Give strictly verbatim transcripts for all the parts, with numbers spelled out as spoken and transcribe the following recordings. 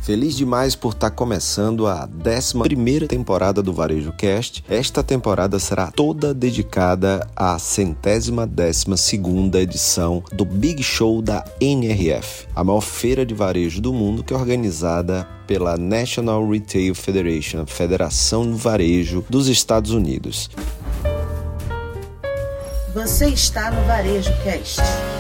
Feliz demais por estar começando a décima primeira temporada do Varejo Cast. Esta temporada será toda dedicada à centésima décima segunda edição do Big Show da N R F, a maior feira de varejo do mundo, que é organizada pela National Retail Federation, a Federação do Varejo dos Estados Unidos. Você está no Varejo Cast.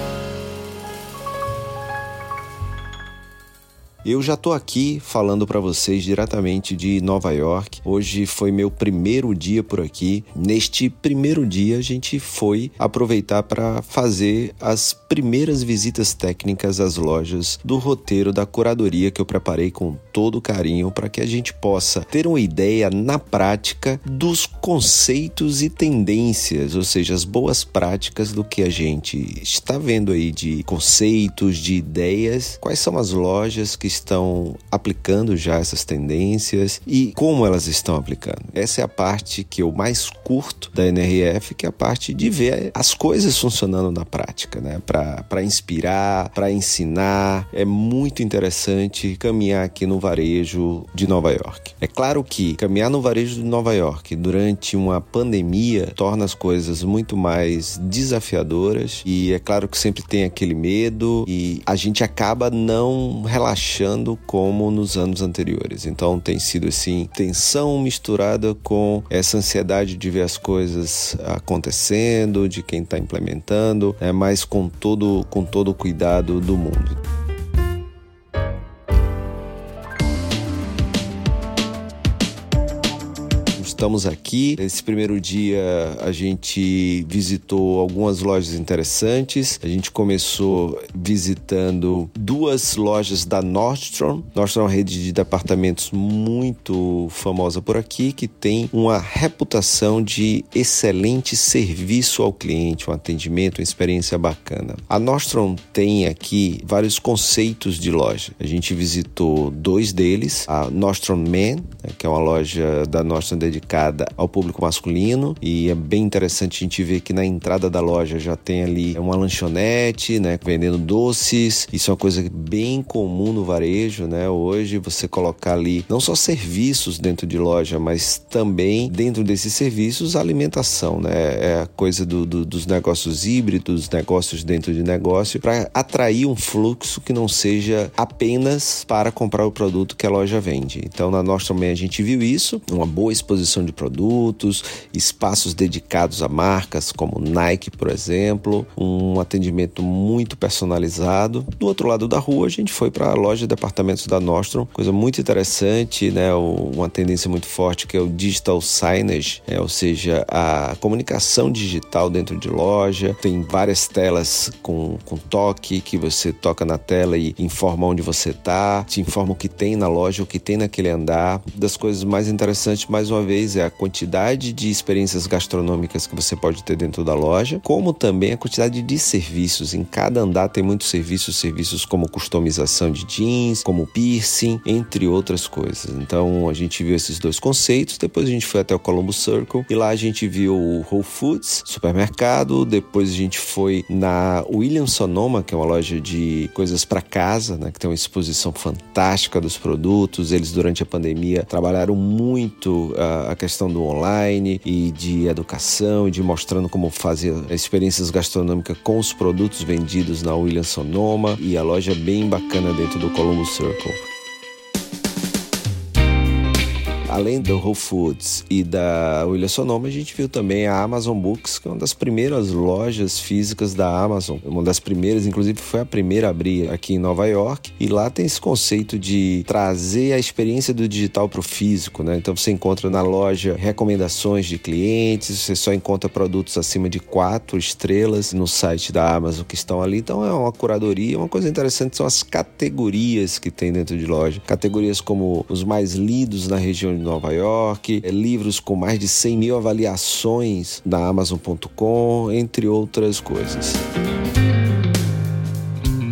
Eu já estou aqui falando para vocês diretamente de Nova York. Hoje foi meu primeiro dia por aqui. Neste primeiro dia, a gente foi aproveitar para fazer as primeiras visitas técnicas às lojas do roteiro da curadoria que eu preparei com todo carinho para que a gente possa ter uma ideia na prática dos conceitos e tendências, ou seja, as boas práticas do que a gente está vendo aí de conceitos, de ideias, quais são as lojas que estão aplicando já essas tendências e como elas estão aplicando. Essa é a parte que eu mais curto da N R F, que é a parte de ver as coisas funcionando na prática, né? Para inspirar, para ensinar. É muito interessante caminhar aqui no varejo de Nova York. É claro que caminhar no varejo de Nova York durante uma pandemia torna as coisas muito mais desafiadoras e é claro que sempre tem aquele medo e a gente acaba não relaxando como nos anos anteriores. Então tem sido assim, tensão misturada com essa ansiedade de ver as coisas acontecendo, de quem está implementando, é, mas com todo, com todo o cuidado do mundo. Estamos aqui. Esse primeiro dia a gente visitou algumas lojas interessantes. A gente começou visitando duas lojas da Nordstrom. Nordstrom é uma rede de departamentos muito famosa por aqui, que tem uma reputação de excelente serviço ao cliente, um atendimento, uma experiência bacana. A Nordstrom tem aqui vários conceitos de loja. A gente visitou dois deles. A Nordstrom Men, que é uma loja da Nordstrom dedicada ao público masculino, e é bem interessante a gente ver que na entrada da loja já tem ali uma lanchonete, né, vendendo doces. Isso é uma coisa bem comum no varejo, né? Hoje você colocar ali não só serviços dentro de loja, mas também dentro desses serviços a alimentação, né? É a coisa do, do, dos negócios híbridos, negócios dentro de negócio, para atrair um fluxo que não seja apenas para comprar o produto que a loja vende. Então na nossa também a gente viu isso, uma boa exposição de produtos, espaços dedicados a marcas como Nike, por exemplo, um atendimento muito personalizado. Do outro lado da rua, a gente foi para a loja de departamentos da Nordstrom, coisa muito interessante, né? Uma tendência muito forte que é o digital signage, é, ou seja, a comunicação digital dentro de loja. Tem várias telas com, com toque, que você toca na tela e informa onde você está, te informa o que tem na loja, o que tem naquele andar. Das coisas mais interessantes, mais uma vez, é a quantidade de experiências gastronômicas que você pode ter dentro da loja, como também a quantidade de serviços. Em cada andar tem muitos serviços, serviços como customização de jeans, como piercing, entre outras coisas. Então a gente viu esses dois conceitos. Depois a gente foi até o Columbus Circle e lá a gente viu o Whole Foods, supermercado. Depois a gente foi na Williams-Sonoma, que é uma loja de coisas para casa, né, que tem uma exposição fantástica dos produtos. Eles durante a pandemia trabalharam muito uh, a questão do online e de educação e de mostrando como fazer experiências gastronômicas com os produtos vendidos na Williams-Sonoma, e a loja é bem bacana dentro do Columbus Circle. Além do Whole Foods e da Williams-Sonoma, a gente viu também a Amazon Books, que é uma das primeiras lojas físicas da Amazon. Uma das primeiras, inclusive foi a primeira a abrir aqui em Nova York. E lá tem esse conceito de trazer a experiência do digital para o físico, né? Então você encontra na loja recomendações de clientes, você só encontra produtos acima de quatro estrelas no site da Amazon que estão ali. Então é uma curadoria. Uma coisa interessante são as categorias que tem dentro de loja. Categorias como os mais lidos na região de Nova York, é, livros com mais de cem mil avaliações na Amazon ponto com, entre outras coisas.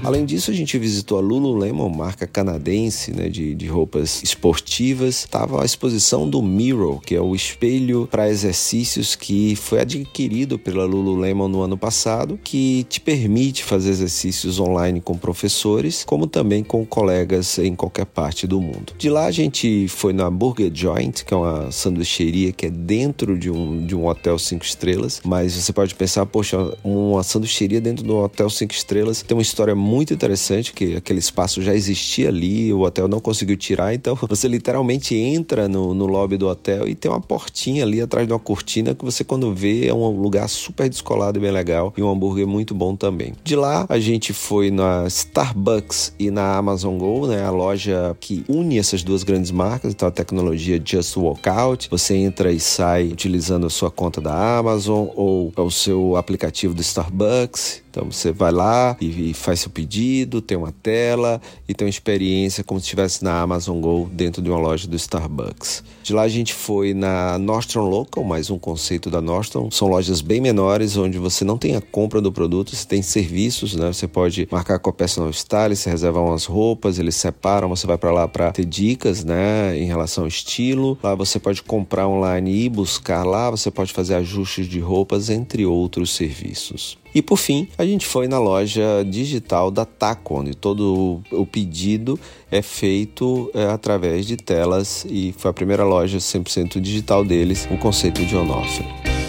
Além disso, a gente visitou a Lululemon, marca canadense, né, de, de roupas esportivas. Estava a exposição do Miro, que é o espelho para exercícios que foi adquirido pela Lululemon no ano passado, que te permite fazer exercícios online com professores, como também com colegas em qualquer parte do mundo. De lá a gente foi na Burger Joint, que é uma sanduicheria que é dentro de um, de um hotel cinco estrelas, mas você pode pensar, poxa, uma sanduicheria dentro de um hotel cinco estrelas tem uma história muito interessante, que aquele espaço já existia ali, o hotel não conseguiu tirar, então você literalmente entra no, no lobby do hotel e tem uma portinha ali atrás de uma cortina que você, quando vê, é um lugar super descolado e bem legal, e um hambúrguer muito bom também. De lá a gente foi na Starbucks e na Amazon Go, né, a loja que une essas duas grandes marcas. Então a tecnologia Just Walk Out, você entra e sai utilizando a sua conta da Amazon ou o seu aplicativo do Starbucks. Então você vai lá e, e faz seu pedido, tem uma tela e tem uma experiência como se estivesse na Amazon Go dentro de uma loja do Starbucks. De lá a gente foi na Nordstrom Local, mais um conceito da Nordstrom. São lojas bem menores, onde você não tem a compra do produto, você tem serviços, né? Você pode marcar com a personal stylist, reservar umas roupas, eles separam, você vai para lá para ter dicas, né, em relação ao estilo. Lá você pode comprar online e buscar lá, você pode fazer ajustes de roupas, entre outros serviços. E por fim, a gente foi na loja digital da Taco, onde todo o pedido é feito é, através de telas, e foi a primeira loja cem por cento digital deles, o conceito de on-offer.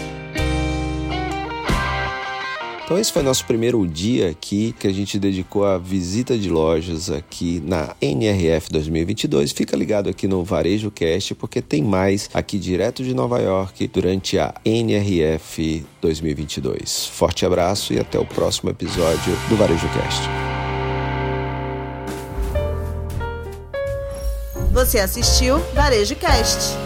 Então esse foi nosso primeiro dia aqui, que a gente dedicou à visita de lojas aqui na N R F dois mil e vinte e dois. Fica ligado aqui no Varejo Cast, porque tem mais aqui direto de Nova York durante a N R F dois mil e vinte e dois. Forte abraço e até o próximo episódio do Varejo Cast. Você assistiu Varejo Cast.